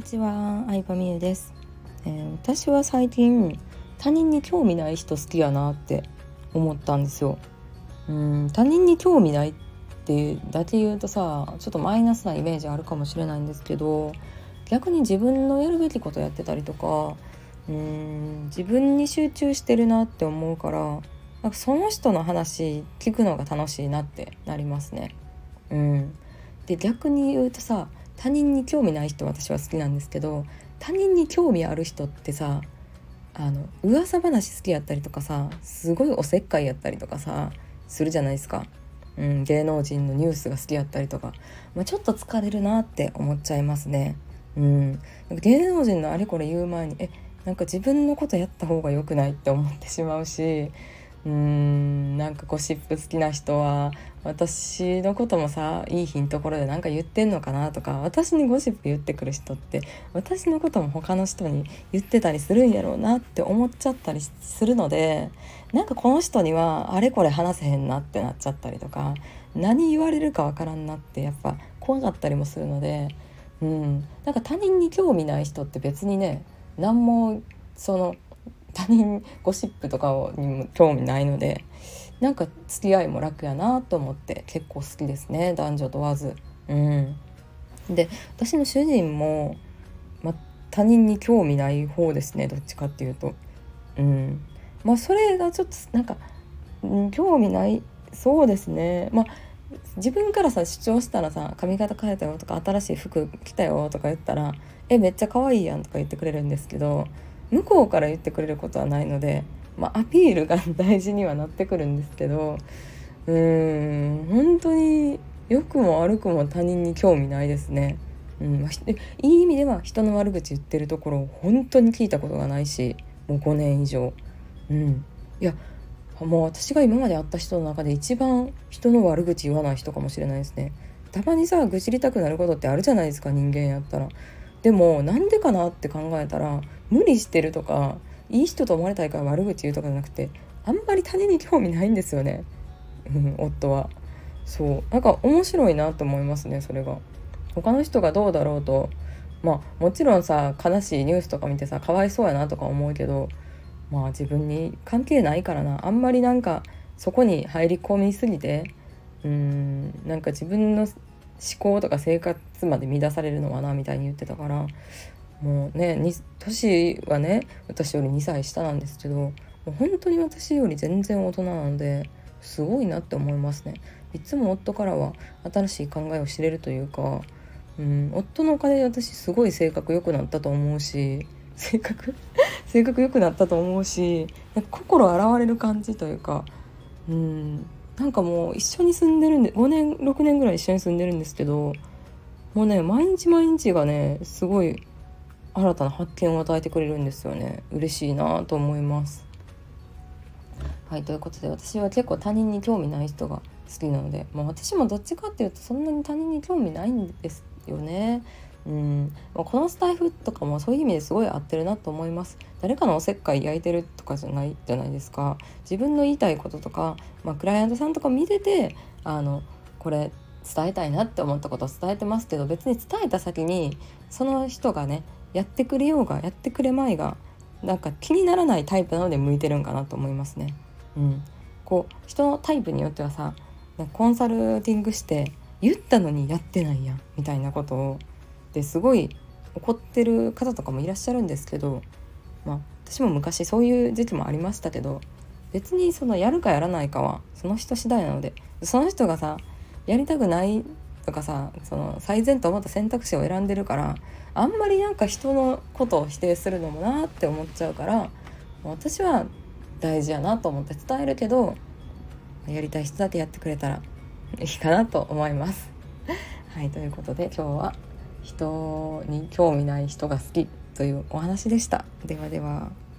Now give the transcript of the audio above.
にちは、相葉美優です。私は最近他人に興味ない人好きやなって思ったんですよ。他人に興味ないってだけ言うとさ、ちょっとマイナスなイメージあるかもしれないんですけど、逆に自分のやるべきことやってたりとか、自分に集中してるなって思うから、なんかその人の話聞くのが楽しいなってなりますね。で逆に言うとさ、他人に興味ない人私は好きなんですけど、他人に興味ある人ってさ、噂話好きやったりとかさ、すごいおせっかいやったりとかさするじゃないですか。芸能人のニュースが好きやったりとか、ちょっと疲れるなって思っちゃいますね。なんか芸能人のあれこれ言う前になんか自分のことやった方が良くないって思ってしまうし、なんかゴシップ好きな人は私のこともさ、いい日のところでなんか言ってんのかなとか、私にゴシップ言ってくる人って私のことも他の人に言ってたりするんやろうなって思っちゃったりするので、なんかこの人にはあれこれ話せへんなってなっちゃったりとか、何言われるかわからんなってやっぱ怖かったりもするので、なんか他人に興味ない人って別にね、何も他人ゴシップとかにも興味ないので、なんか付き合いも楽やなと思って結構好きですね、男女問わず。で、私の主人も、他人に興味ない方ですね、どっちかっていうと。それがちょっとなんか、興味ない、そうですね。自分からさ主張したらさ、髪型変えたよとか新しい服着たよとか言ったら、めっちゃ可愛いやんとか言ってくれるんですけど、向こうから言ってくれることはないので、アピールが大事にはなってくるんですけど、本当に良くも悪くも他人に興味ないですね。いい意味では人の悪口言ってるところを本当に聞いたことがないし、もう5年以上。いや、もう私が今まで会った人の中で一番人の悪口言わない人かもしれないですね。たまにさ、愚痴りたくなることってあるじゃないですか、人間やったら。でもなんでかなって考えたら、無理してるとかいい人と思われたいから悪口言うとかじゃなくて、あんまり他人に興味ないんですよね。夫は。そうなんか面白いなと思いますね、それが。他の人がどうだろうと、もちろんさ、悲しいニュースとか見てさ、かわいそうやなとか思うけど、自分に関係ないからな、あんまりなんかそこに入り込みすぎて、なんか自分の思考とか生活まで乱されるのはなみたいに言ってたから、もうね、年はね私より2歳下なんですけど、もう本当に私より全然大人なので、すごいなって思いますね。いつも夫からは新しい考えを知れるというか、夫のおかげで私すごい性格良くなったと思うし、性格良くなったと思うし、なんか心洗われる感じというか、なんかもう一緒に住んでるんで5年6年ぐらい一緒に住んでるんですけど、もうね、毎日毎日がねすごい新たな発見を与えてくれるんですよね。嬉しいなと思います。はい、ということで、私は結構他人に興味ない人が好きなので、私もどっちかっていうとそんなに他人に興味ないんですよね。このスタイフとかもそういう意味ですごい合ってるなと思います。誰かのおせっかい焼いてるとかじゃないじゃないですか。自分の言いたいこととか、クライアントさんとか見てて、これ伝えたいなって思ったことを伝えてますけど、別に伝えた先にその人がね、やってくれようがやってくれまいが、なんか気にならないタイプなので向いてるんかなと思いますね。こう人のタイプによってはさ、コンサルティングして言ったのにやってないやんみたいなことをですごい怒ってる方とかもいらっしゃるんですけど、私も昔そういう時期もありましたけど、別にそのやるかやらないかはその人次第なので、その人がさやりたくないとかさ、その最善と思った選択肢を選んでるから、あんまりなんか人のことを否定するのもなって思っちゃうから、私は大事やなと思って伝えるけど、やりたい人だけやってくれたらいいかなと思います。はい、ということで今日は人に興味ない人が好きというお話でした。ではでは。